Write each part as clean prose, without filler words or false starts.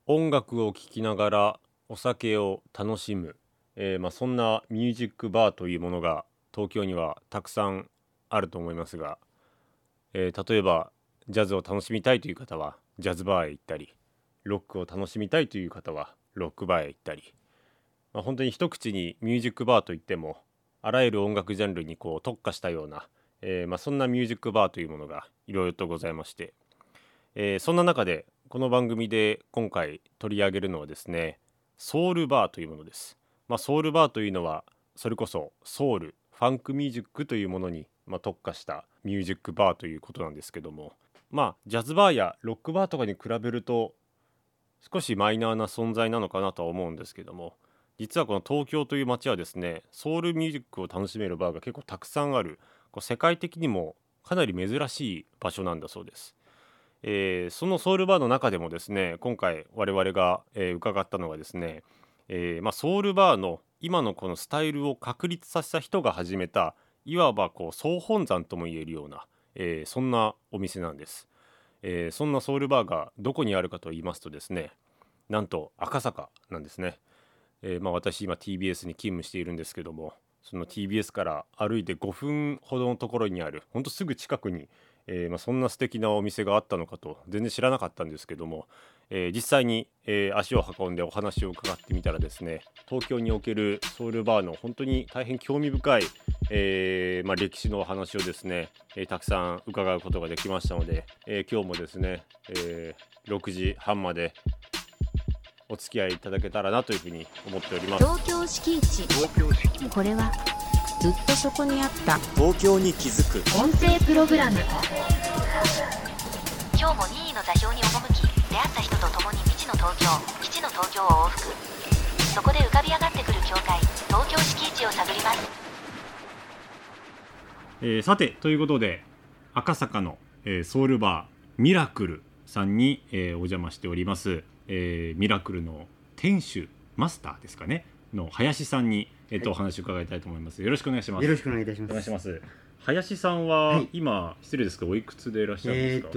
音楽を聴きながらお酒を楽しむ、そんなミュージックバーというものが東京にはたくさんあると思いますが、例えばジャズを楽しみたいという方はジャズバーへ行ったり、ロックを楽しみたいという方はロックバーへ行ったり、本当に一口にミュージックバーといってもあらゆる音楽ジャンルに特化したような、そんなミュージックバーというものがいろいろとございまして、そんな中でこの番組で今回取り上げるのはですね、ソウルバーというものです。ソウルバーというのはそれこそソウルファンクミュージックというものに、特化したミュージックバーということなんですけども、ジャズバーやロックバーとかに比べると少しマイナーな存在なのかなとは思うんですけども、実はこの東京という街はですね、ソウルミュージックを楽しめるバーが結構たくさんある、世界的にもかなり珍しい場所なんだそうです。そのソウルバーの中でもですね、今回我々が、伺ったのがですね、ソウルバーの今のこのスタイルを確立させた人が始めた、いわば総本山とも言えるような、そんなお店なんです。そんなソウルバーがどこにあるかと言いますとですね、なんと赤坂なんですね。私今 TBS に勤務しているんですけども、その TBS から歩いて5分ほどのところにあるほんとすぐ近くに、そんな素敵なお店があったのかと全然知らなかったんですけども、実際に、足を運んでお話を伺ってみたらですね、東京におけるソウルバーの本当に大変興味深い、歴史のお話をですね、たくさん伺うことができましたので、今日もですね、6時半までお付き合いいただけたらなというふうに思っております。 東京敷地。これはずっとそこにあった東京に気づく音声プログラム。 今日も任意の座標に赴き、出会った人と共に未知の東京、基地の東京を往復。そこで浮かび上がってくる境界、東京敷地を探ります。 さてということで、赤坂の、ソウルバーミラクルさんに、お邪魔しております。ミラクルの店主マスターですかねの林さんに、お話を伺いたいと思います。よろしくお願いします。 よろしくお願いいたします。 お願いします。林さんは、今失礼ですけどおいくつでいらっしゃるんですか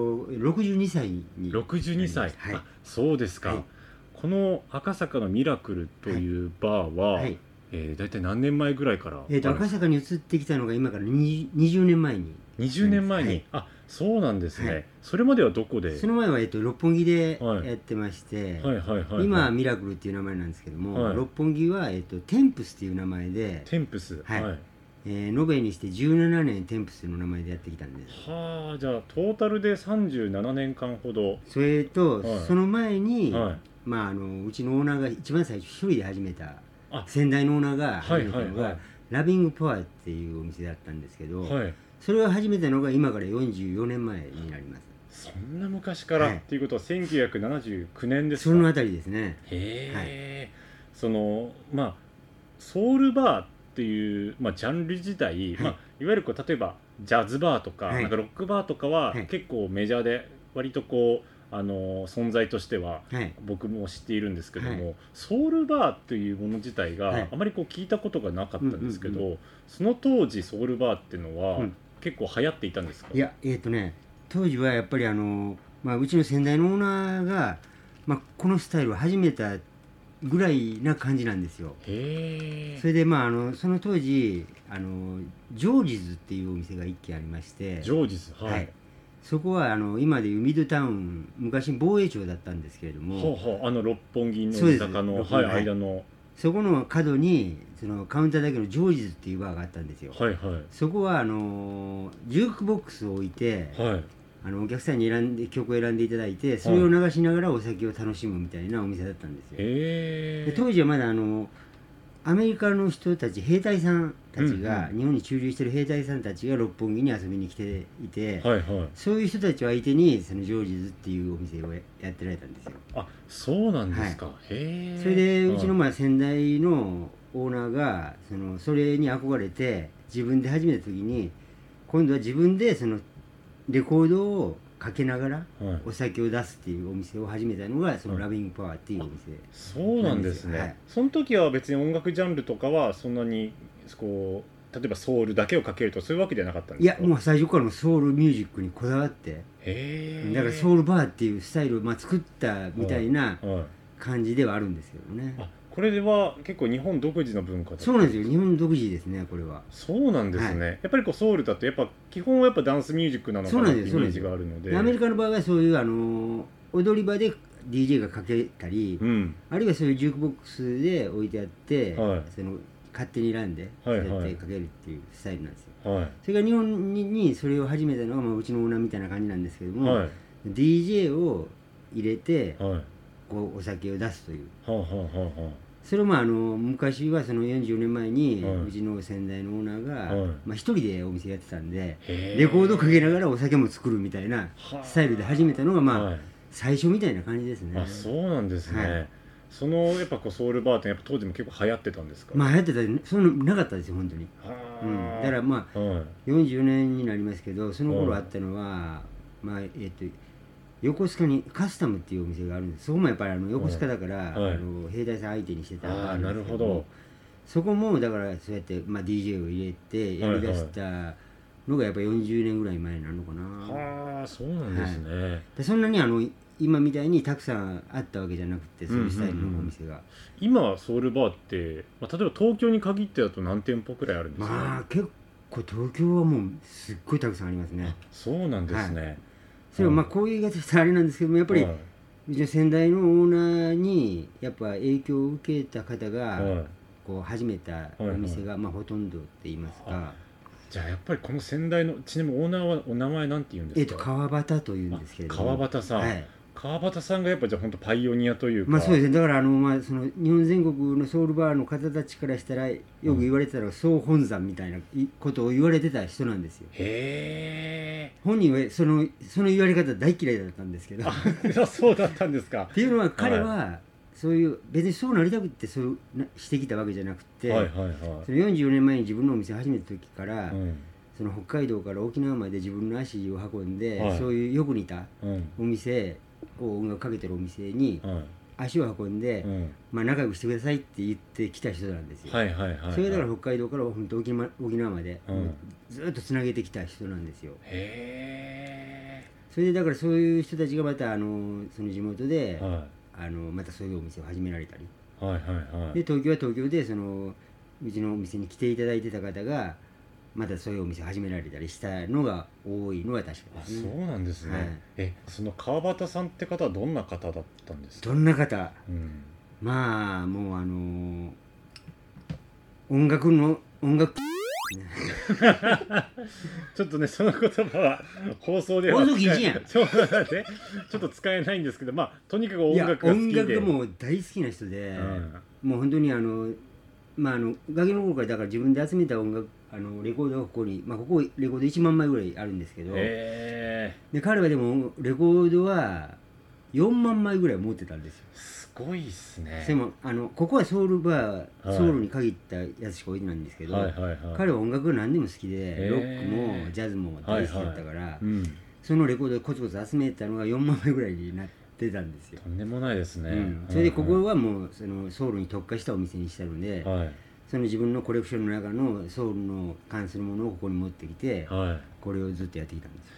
？62歳に。 62歳、 はい、 そうですか、この赤坂のミラクルというバーは、だいたい何年前ぐらいから赤坂に移ってきたのが今から20年前に。 20年前に、そうなんですね、それまではどこで？ その前は、六本木でやってまして、今はミラクルっていう名前なんですけども、六本木は、テンプスっていう名前で、 テンプス、 延べにして17年テンプスの名前でやってきたんです。 じゃあトータルで37年間ほど。 それと、その前に、うちのオーナーが一番最初一人で始めた、先代のオーナーが始めたのが、ラビングパワーっていうお店だったんですけど、それを始めたのが今から44年前になります。 そんな昔から、っていうことは1979年ですか？ そのあたりですね。 そのソウルバーっていう、ジャンル自体、いわゆる例えばジャズバーとか、なんかロックバーとかは、結構メジャーで割と存在としては僕も知っているんですけども、ソウルバーというもの自体があまり聞いたことがなかったんですけど、その当時ソウルバーっていうのは、結構流行っていたんですか？ いや、当時はやっぱりうちの先代のオーナーが、このスタイルを始めたぐらいな感じなんですよ。それでその当時ジョージズっていうお店が一軒ありまして。 ジョージズ、 そこは今でいうミッドタウン、昔防衛庁だったんですけれども、 六本木の坂の、間のそこの角にそのカウンターだけのジョージズっていうバーがあったんですよ。そこはジュークボックスを置いて、お客さんに曲を選んでいただいて、それを流しながらお酒を楽しむみたいなお店だったんですよ。で当時はまだアメリカの人たち、兵隊さんたちが、日本に駐留している兵隊さんたちが六本木に遊びに来ていて、そういう人たちを相手にそのジョージズっていうお店をやってられたんですよ。 そうなんですか。 それでうちの先代のオーナーがそれに憧れて自分で始めた時に、今度は自分でそのレコードをかけながらお酒を出すっていうお店を始めたのがそのラビングパワーっていうお店。 そうなんですね。その時は別に音楽ジャンルとかはそんなに例えばソウルだけをかけるとそういうわけではなかったんですか？ いやもう最初からもソウルミュージックにこだわって、だからソウルバーっていうスタイルを作ったみたいな感じではあるんですけどね。 これは結構日本独自の文化だった。 そうなんですよ、日本独自ですねこれは。 そうなんですね、やっぱりソウルだとやっぱ基本はやっぱダンスミュージックなのかなっていうイメージがあるので、 アメリカの場合はそういう踊り場で DJ がかけたり、あるいはそういうジュークボックスで置いてあって、その勝手に選んでそうやってかけるっていうスタイルなんですよ。それから日本にそれを始めたのがうちのオーナーみたいな感じなんですけども、DJ を入れてこうお酒を出すという。それも昔はその40年前にうちの先代のオーナーが一人でお店やってたんで、レコードかけながらお酒も作るみたいなスタイルで始めたのが最初みたいな感じですね。 そうなんですね。そのやっぱソウルバーってやっぱ当時も結構流行ってたんですか？ 流行ってた、そういうのなかったですよ本当に。だから40年になりますけど、その頃あったのは横須賀にカスタムっていうお店があるんです。そこもやっぱり横須賀だから、兵隊さん相手にしてたのがあるんですけど、そこもだからそうやって、DJ を入れてやりだしたのがやっぱ40年ぐらい前になるのかな。 そうなんですね。 でそんなに今みたいにたくさんあったわけじゃなくて、そういうスタイルのお店が、 今ソウルバーって、例えば東京に限ってだと何店舗くらいあるんですか？ 結構東京はもうすっごいたくさんありますね。 そうなんですね。 それはこういう言い方したらあれなんですけども、やっぱりうちの先代のオーナーにやっぱ影響を受けた方がこう始めたお店がほとんどって言いますか。 じゃあやっぱりこの先代の、ちなみにオーナーはお名前なんて言うんですか？ 川端というんですけれども。 川端さん、川端さんがやっぱじゃあ本当パイオニアというか。 そうですね。だからその日本全国のソウルバーの方たちからしたらよく言われてたのが総本山みたいなことを言われてた人なんですよ。本人はその言われ方大嫌いだったんですけど。 そうだったんですか。 っていうのは彼はそういう別にそうなりたくってそうしてきたわけじゃなくて、その44年前に自分のお店を始めた時から、その北海道から沖縄まで自分の足を運んで、そういうよく似たお店を音楽かけてるお店に足を運んで、仲良くしてくださいって言ってきた人なんですよ。それだから北海道から本当沖縄まで、ずっとつなげてきた人なんですよ。それでだからそういう人たちがまたその地元で、またそういうお店を始められたり、で東京は東京でうちのお店に来ていただいてた方がまたそういうお店を始められたりしたのが多いのは確かですね。 そうなんですね。その川端さんって方はどんな方だったんですか？ どんな方、もう音楽ちょっとねその言葉は放送では放送禁止やん。 ちょっと使えないんですけど、とにかく音楽が好きで、 音楽がもう大好きな人で、もう本当にガキの頃からだから自分で集めた音楽レコードがここに、ここレコード1万枚ぐらいあるんですけど、で彼はでもレコードは4万枚ぐらい持ってたんですよ。 すごいっすね。 でもここはソウルバー、ソウルに限ったやつしか置いてないんですけど、彼は音楽が何でも好きで、ロックもジャズも大好きだったから、そのレコードをコツコツ集めたのが4万枚ぐらいになってたんですよ。 とんでもないですね。 それでここはもうソウルに特化したお店にしたので、その自分のコレクションの中のソウルの関するものをここに持ってきて、これをずっとやってきたんです。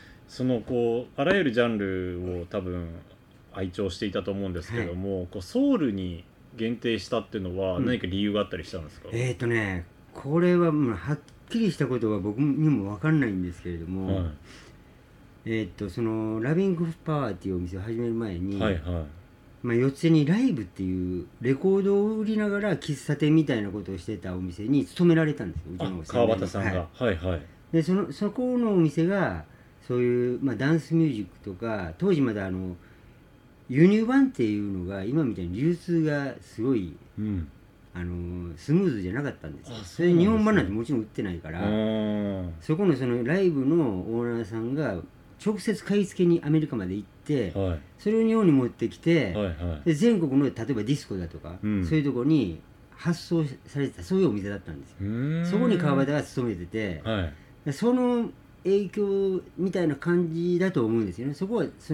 あらゆるジャンルを多分愛聴していたと思うんですけども、ソウルに限定したっていうのは何か理由があったりしたんですか？ これはもうはっきりしたことは僕にも分かんないんですけれども、そのラビングパワーっていうお店を始める前に、四つにライブっていうレコードを売りながら喫茶店みたいなことをしてたお店に勤められたんですよ、うちの川端さんが。 でそこのお店がそういう、ダンスミュージックとか、当時まだ輸入版っていうのが今みたいに流通がすごい、スムーズじゃなかったんですよ。それで日本版なんてもちろん売ってないから、そこのそのライブのオーナーさんが直接買い付けにアメリカまで行って、それを日本に持ってきて、で全国の例えばディスコだとか、そういうところに発送されてた、そういうお店だったんですよ。そこに川端が勤めてて、その影響みたいな感じだと思うんですよね。そこはその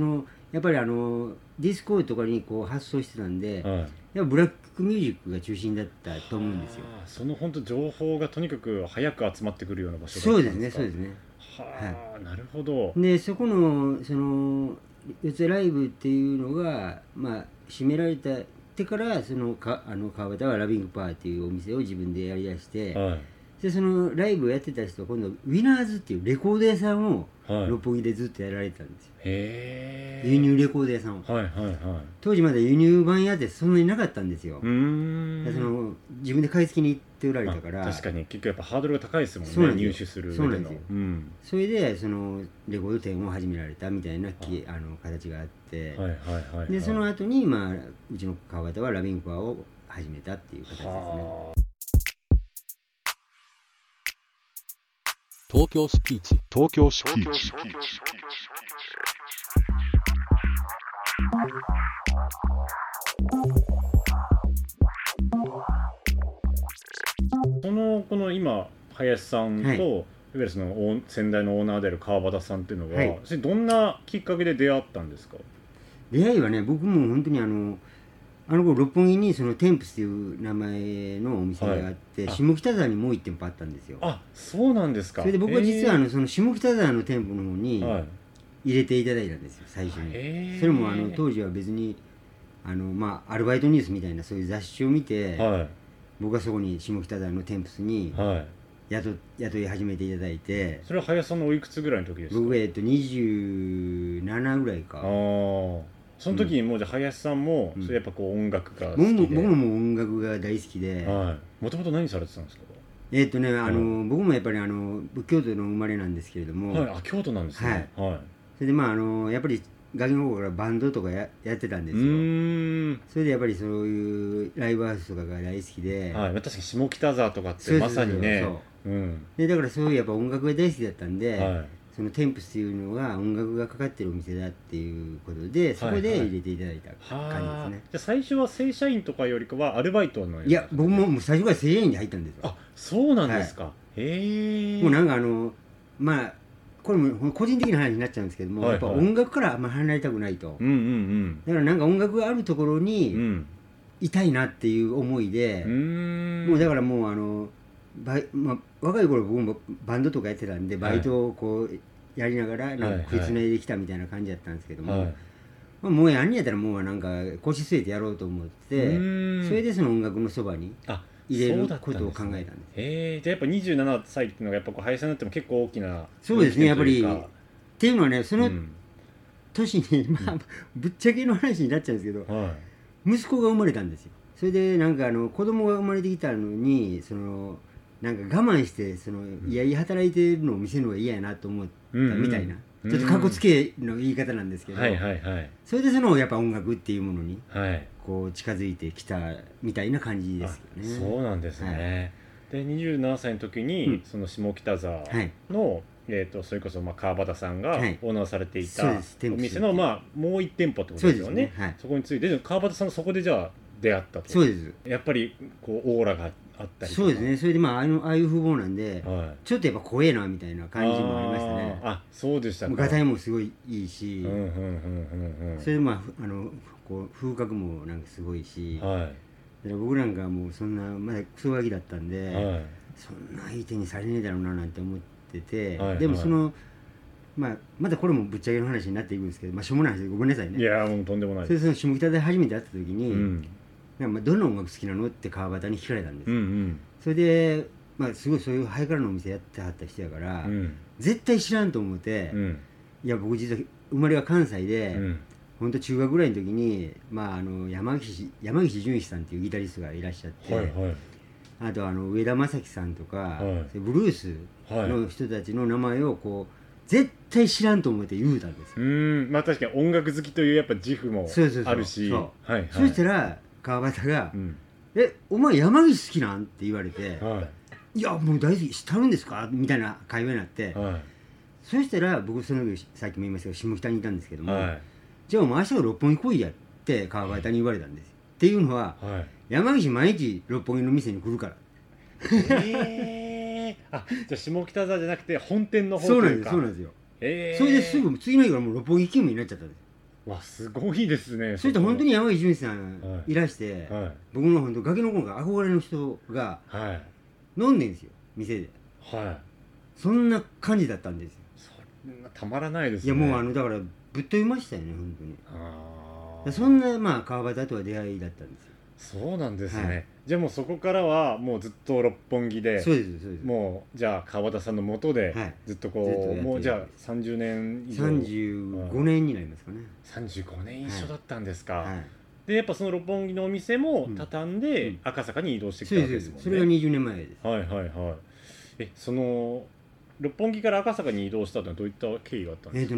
やっぱりディスコとかにこう発想してたんで、やっぱブラックミュージックが中心だったと思うんですよ。 その本当情報がとにかく早く集まってくるような場所そうだったんですか。 ですね、そうですね。 はあ、なるほど。 でそこのその四谷ライブっていうのが閉められてから川端はラビングパーっていうお店を自分でやりだして、でそのライブをやってた人は今度ウィナーズっていうレコード屋さんを六本木でずっとやられてたんですよ。 へ輸入レコード屋さんを。当時まだ輸入版屋ってそんなになかったんですよ。その自分で買い付けに行っておられたから。 確かに結局やっぱハードルが高いですもんね、入手する上での。それでそのレコード店を始められたみたいな形があって、でその後にうちの川端はラビングパーを始めたっていう形ですね。 東京スピーチ。 この今林さんと、いわゆるその先代のオーナーである川端さんっていうのは、どんなきっかけで出会ったんですか？ 出会いはね、僕も本当に頃六本木にそのテンプスという名前のお店があって、下北沢にもう1店舗あったんですよ。 あ、そうなんですか。 それで僕は実はその下北沢の店舗の方に入れていただいたんですよ、最初に。それも当時は別にアルバイトニュースみたいなそういう雑誌を見て、僕はそこに下北沢のテンプスに雇い始めていただいて。 それは林さんのおいくつぐらいの時ですか？ 僕27ぐらいか。 その時にもうじゃあ林さんもそれやっぱこう音楽が好きで。 僕も音楽が大好きで。 もともと何されてたんですか？ 僕もやっぱり京都の生まれなんですけれども。 京都なんですね。 それでやっぱりガキの頃からバンドとかやってたんですよ。それでやっぱりそういうライブハウスとかが大好きで。 確かに下北沢とかってまさにね。 でだからそういうやっぱ音楽が大好きだったんで、そのテンプスっていうのが音楽がかかってるお店だっていうことで、そこで入れていただいた感じですね。 じゃあ最初は正社員とかよりかはアルバイトの？ いや、僕も最初から正社員で入ったんですよ。 あ、そうなんですか。へえ。 もうなんかこれも個人的な話になっちゃうんですけども、やっぱ音楽からあんま離れたくないと。だからなんか音楽があるところにいたいなっていう思いで、もうだからもう若い頃僕もバンドとかやってたんで、バイトをこうやりながらなんか食いつないできたみたいな感じだったんですけども、もうやんやったらもうなんか腰据えてやろうと思って、それでその音楽のそばに入れることを考えたんです。 じゃあやっぱ27歳っていうのがやっぱこう林さんになっても結構大きな。 そうですね、やっぱりっていうのはね、その年にぶっちゃけの話になっちゃうんですけど、息子が生まれたんですよ。それでなんか子供が生まれてきたのになんか我慢していやいや働いてるのを見せるのが嫌やなと思ったみたいな、ちょっとかっこつけの言い方なんですけど、それでやっぱ音楽っていうものにこう近づいてきたみたいな感じですよね。 そうなんですね。で27歳の時にその下北沢のそれこそ川端さんがオーナーされていたお店のもう1店舗ってことですよね。そこについて川端さんそこでじゃあ出会ったと。 そうです。 やっぱりこうオーラがあったりとか。 そうですね。それでああいう風貌なんで、ちょっとやっぱ怖えなみたいな感じもありましたね。 あ、そうでしたか。 ガタイもすごいいいし、それでこう風格もなんかすごいし、僕なんかもうそんなまだクソガキだったんで、そんな相手にされねえだろうななんて思ってて、でもまたこれもぶっちゃけの話になっていくんですけど、しょうもない話でごめんなさいね。 いやもうとんでもない。 それで下北で初めて会った時に、どんな音楽好きなのって川端に聞かれたんですよ。それですごいそういうハイカラなお店やってはった人やから、絶対知らんと思って、いや僕実は生まれは関西で、本当中学ぐらいの時に山岸淳一さんっていうギタリストがいらっしゃって、あと上田正樹さんとか、ブルースの人たちの名前をこう絶対知らんと思って言うたんですよ。 確かに音楽好きというやっぱ自負もあるし、 そしたら川端が「お前山岸好きなん?」って言われて「いやもう大好き、知ってるんですか?」みたいな会話になって、そしたら僕その時さっきも言いましたけど下北にいたんですけども、じゃあお前明日は六本木来いやって川端に言われたんですよ。っていうのは山岸毎日六本木の店に来るから。 じゃあ下北沢じゃなくて本店の方というか。 そうなんですよ。それですぐ次の日からもう六本木勤務になっちゃったんです。 わすごいですね。 それと本当に山口純一さんはいいらして、 はい僕の本当ガキの頃から憧れの人がはい飲んでんですよ店で。 はいそんな感じだったんですよ。 そんなたまらないですね。 いやもうだからぶっ飛びましたよね本当に。 あーそんなまあ川端とは出会いだったんですよ。 そうなんですね、 はい、 じゃあもうそこからはもうずっと六本木で、 そうですそうです。 もうじゃあ川端さんの下ではいずっとずっとやってこう、もうじゃあ30年以上 35年になりますかね。 35年一緒だったんですか、 はい。 でやっぱその六本木のお店も畳んで、 うん赤坂に移動してきそうでたわけですすもんね。 それが20年前です。 はいはいはい。その六本木から赤坂に移動したのはどういった経緯があったんですか。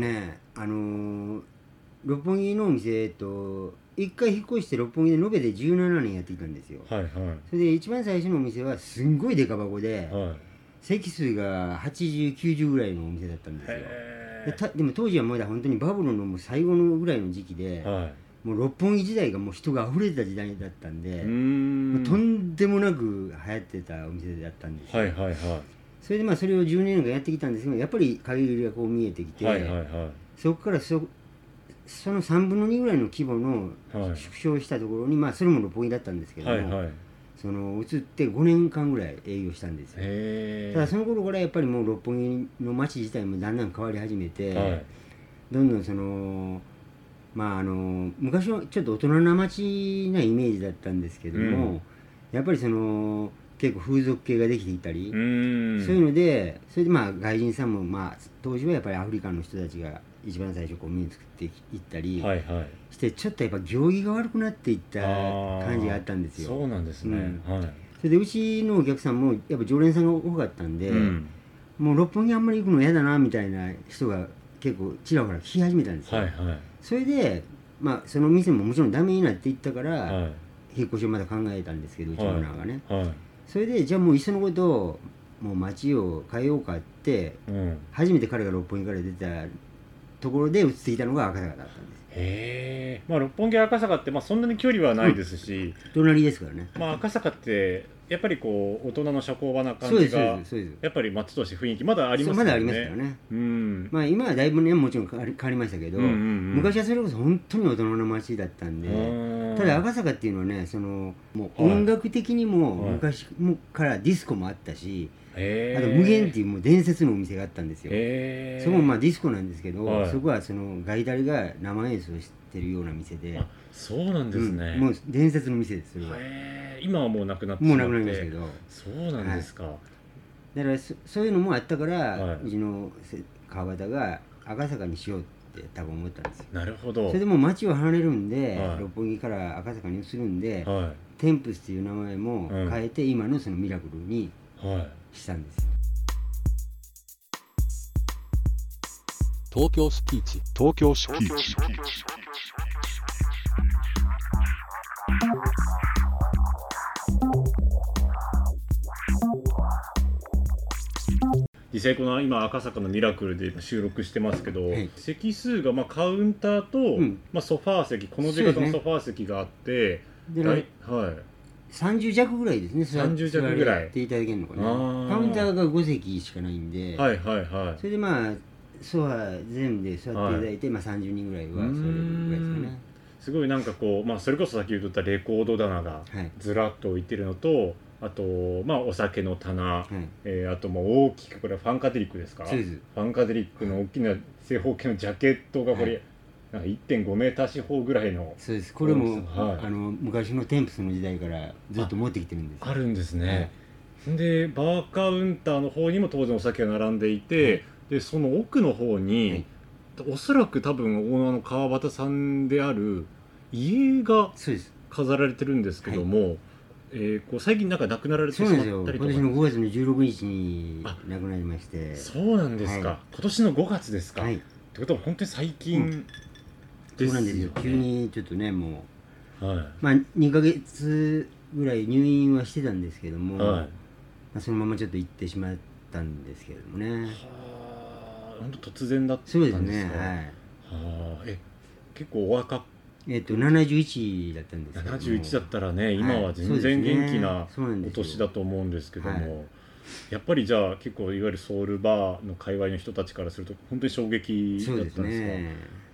六本木のお店一回引っ越して六本木で延べで17年やっていたんですよ。 はいはいそれで一番最初のお店はすんごいデカ箱で、 はい。 席数が80、90ぐらいのお店だったんですよ。 へでも当時はまだ本当にバブルのもう最後のぐらいの時期で、 はい。 もう六本木時代がもう人が溢れてた時代だったんで、 うーんもうとんでもなく流行ってたお店だったんですよ。 はいはいはいそれでまあそれを10年間やってきたんですけど、やっぱり陰りがこう見えてきて、 はいはいはいそこからその3分の2ぐらいの規模のはい縮小したところに、まあそれも六本木だったんですけども、 はいはい。 その移って5年間ぐらい営業したんですよ。 へただその頃からやっぱりもう六本木の街自体もだんだん変わり始めて、 はいどんどんそのまあ昔はちょっと大人な街なイメージだったんですけども、 うんやっぱりその結構風俗系ができていたり、 うーんそういうのでそれでまあ外人さんもまあ当時はやっぱりアフリカの人たちが一番最初こう目作っていったりはいはいして、ちょっとやっぱ行儀が悪くなっていった感じがあったんですよ。 そうなんですね、はいそれでうちのお客さんもやっぱ常連さんが多かったんで、 うんもう六本木あんまり行くの嫌だなみたいな人が結構ちらほら来始めたんですよ。 はいはいそれでまあその店ももちろんダメになっていったから、 はい引っ越しをまた考えたんですけど、うちのオーナーがね、 はいそれでじゃあもういっそのこともう街を変えようかってうん初めて彼が六本木から出たところで移ってきたのが赤坂だったんです。 へえ、まあ六本木赤坂ってまあそんなに距離はないですし、 隣ですからね。 まあ赤坂ってやっぱりこう大人の社交場な感そうですじがそうです。 やっぱり街として雰囲気まだありますよね。 まだありますからね。 うんまあ今はだいぶねもちろん変わりましたけど、 うんうんうん昔はそれこそ本当に大人の街だったんで、ただ赤坂っていうのはねそのもう音楽的にもはい昔からディスコもあったし、 へーあと無限っていうもう伝説のお店があったんですよ。 へーそこもまあディスコなんですけど、 はいそこはそのガイタリが生演奏してるような店で、 あそうなんですね、 もう伝説の店ですそれは。 へー今はもうなくなってもうしまってなくなりましたけど、 そうなんですか、 だからそういうのもあったから、 はいうちの川端が赤坂にしようって多分思ったんですよ。 なるほどそれでもう街を離れるんで、 はい六本木から赤坂に移るんで、 はテンプスっていう名前も変えて、今のそのミラクルにいはいしたんですよ。 東京スピーチ東京スピーチ実際この今赤坂のミラクルで収録してますけど、 はい席数がまあカウンターと、 んまあ、ソファー席この字型のソファー席があって、 ではいはい 30弱ぐらいですね。 30弱ぐらい座っていただけるのかな。 あーカウンターが5席しかないんで、 はいはいはいそれでまあソファー全部で座っていただいて、まあ30人ぐらいは座れるぐらいですかね。 すごいなんかこう、まあ、それこそ先ほど言ったレコード棚がはいずらっと置いてるのと、あと、まあ、お酒の棚、 はいあともう大きくこれはファンカデリックですか。 そうです。 ファンカデリックの大きな正方形のジャケットがこれ、 はいなんか 1.5 メーター四方ぐらいのそうです。これも、 はい昔のテンプスの時代からずっと持ってきてるんですよ。 あるんですね、でバーカウンターの方にも当然お酒が並んでいて、でその奥の方に、 はいおそらく多分オーナーの川端さんである家がそうです。 飾られてるんですけども、こう最近なんか亡くなられてしまっそうなんですよ。 たりとか。 今年の5月の16日にあ亡くなりまして。 そうなんですか、 はい今年の5月ですか、 はい。 ってことは本当に最近そうなんですよ。 ね急にちょっとね、もはい、 う、まあ2ヶ月ぐらい入院はしてたんですけども、 はいまあ、そのままちょっと行ってしまったんですけれどもね。 はあ本当突然だったんですか。 そうですね。はい。 はあ結構お若 71だったんですけども。 71だったらね、今は全そう然ですね元気なそうなんですよお年だと思うんですけども、 はいやっぱりじゃあ結構いわゆるソウルバーの界隈の人たちからすると本当に衝撃だそうですったんですか。 ね。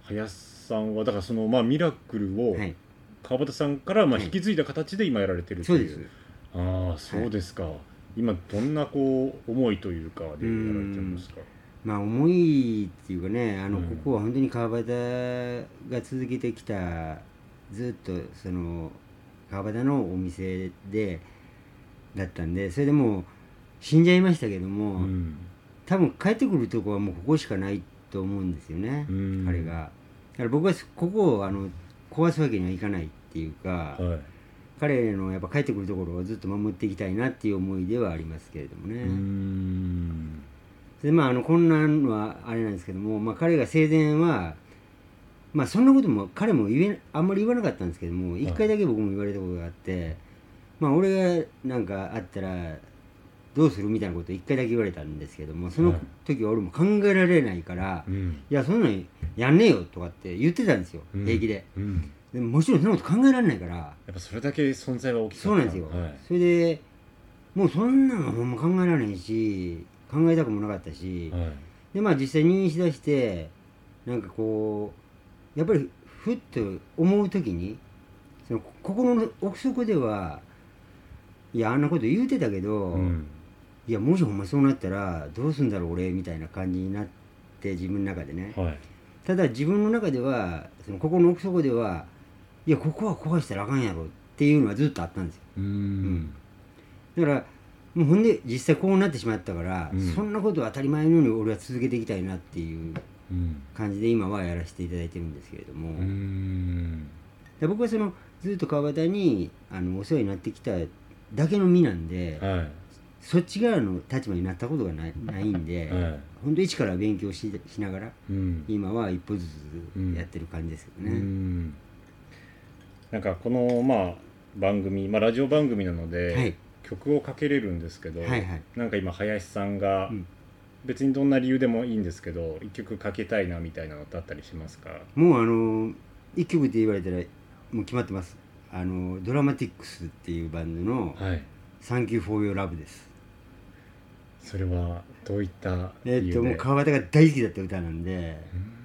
林さんはだからその、ミラクルを川端さんから引き継いだ形で今やられてるという、 そうです。 ああそうですか、今どんなこう思いというかでやられてるんですか？ 思いっていうかね、ここは本当に川端が続けてきた、ずっとその川端のお店だったんで、それでもう死んじゃいましたけども、多分帰ってくるとこはもうここしかないと思うんですよね、彼が。だから僕はここを壊すわけにはいかないっていうか、彼のやっぱ帰ってくるところをずっと守っていきたいなっていう思いではありますけれどもね。でこんなのはあれなんですけども、彼が生前はそんなことも彼もあんまり言わなかったんですけども、一回だけ僕も言われたことがあって、俺がなんかあったらどうするみたいなことを一回だけ言われたんですけども、その時は俺も考えられないから、いやそんなにやんねえよとかって言ってたんですよ、平気で。でももちろんそんなこと考えられないから、 やっぱそれだけ存在は大きかった。 そうなんですよ、それでもうそんなのほんま考えられないし、考えたくもなかったし、で実際入院しだして、なんかこうやっぱりふっと思う時に、その心の奥底では、いやあんなこと言うてたけど、いやもしほんまそうなったらどうすんだろう俺みたいな感じになって、自分の中でね、ただ自分の中では、その心の奥底では、いやここは壊したらあかんやろっていうのはずっとあったんですよ。だからもうほんで実際こうなってしまったから、そんなことは当たり前のように俺は続けていきたいなっていう感じで今はやらせていただいてるんですけれども、で僕はそのずっと川端にお世話になってきただけの身なんで、そっち側の立場になったことがないんで、本当一から勉強しながら、今は一歩ずつやってる感じですけどね。 なんかこの番組、ラジオ番組なので、曲をかけれるんですけど、なんか今林さんが、別にどんな理由でもいいんですけど、一曲かけたいなみたいなのってあったりしますか？ もう一曲って言われたらもう決まってます。ドラマティックスっていうバンドの「Thank You for Your Love」です。 それはどういった理由で？ もう川端が大好きだった歌なんで。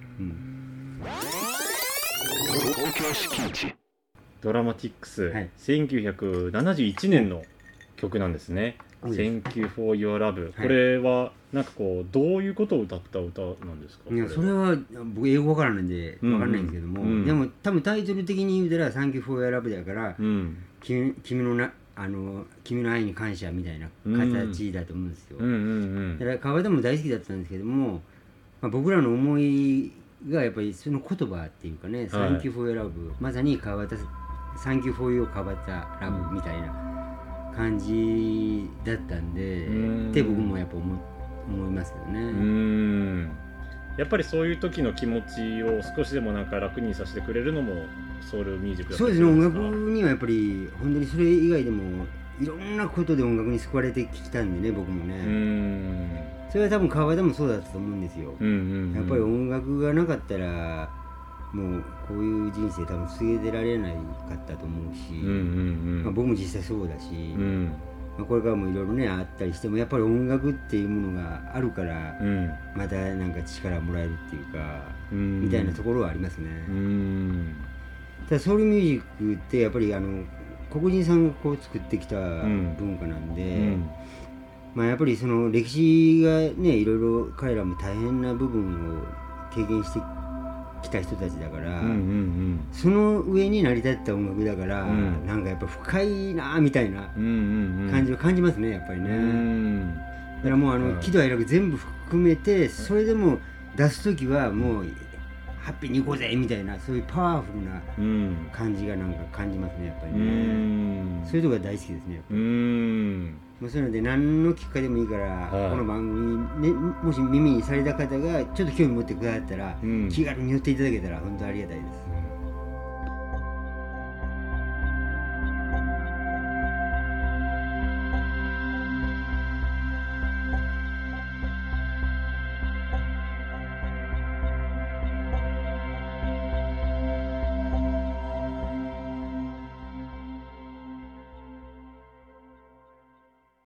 ドラマティックス、1971年の曲なんですね。Thank You for Your Love、これはなんかこうどういうことを歌った歌なんですか？ いやそれは僕英語わからないんでわからないんですけども、でも多分タイトル的に言うたら Thank You for Your Love だから、君の愛に感謝みたいな形だと思うんですよ。だから川端も大好きだったんですけども、僕らの思いがやっぱりその言葉っていうかね、Thank You for Your Love、まさに川端Thank You for Your 川端ラブみたいな感じだったんで、って僕もやっぱ思いますけどね。 やっぱりそういう時の気持ちを少しでもなんか楽にさせてくれるのもソウルミュージックだったりするんですか？そうですね、音楽にはやっぱり本当にそれ以外でもいろんなことで音楽に救われてきたんでね、僕もね。それは多分川端もそうだったと思うんですよ。やっぱり音楽がなかったらもうこういう人生多分続けてられないかったと思うし、僕も実際そうだし、これからもいろいろねあったりしても、やっぱり音楽っていうものがあるから、またなんか力もらえるっていうか、みたいなところはありますね。ただソウルミュージックってやっぱり黒人さんがこう作ってきた文化なんで、やっぱりその歴史がね、いろいろ彼らも大変な部分を経験してきた人たちだから、その上に成り立った音楽だから、なんかやっぱ深いなみたいな感じを感じますね、やっぱりね。だからもう喜怒哀楽全部含めて、それでも出す時はもうハッピーに行こうぜみたいな、そういうパワフルな感じがなんか感じますね、やっぱりね。そういうところが大好きですね、やっぱり。もうそういうので何のきっかけでもいいから、この番組、ね、もし耳にされた方がちょっと興味持ってくださったら、気軽に寄っていただけたら本当ありがたいです。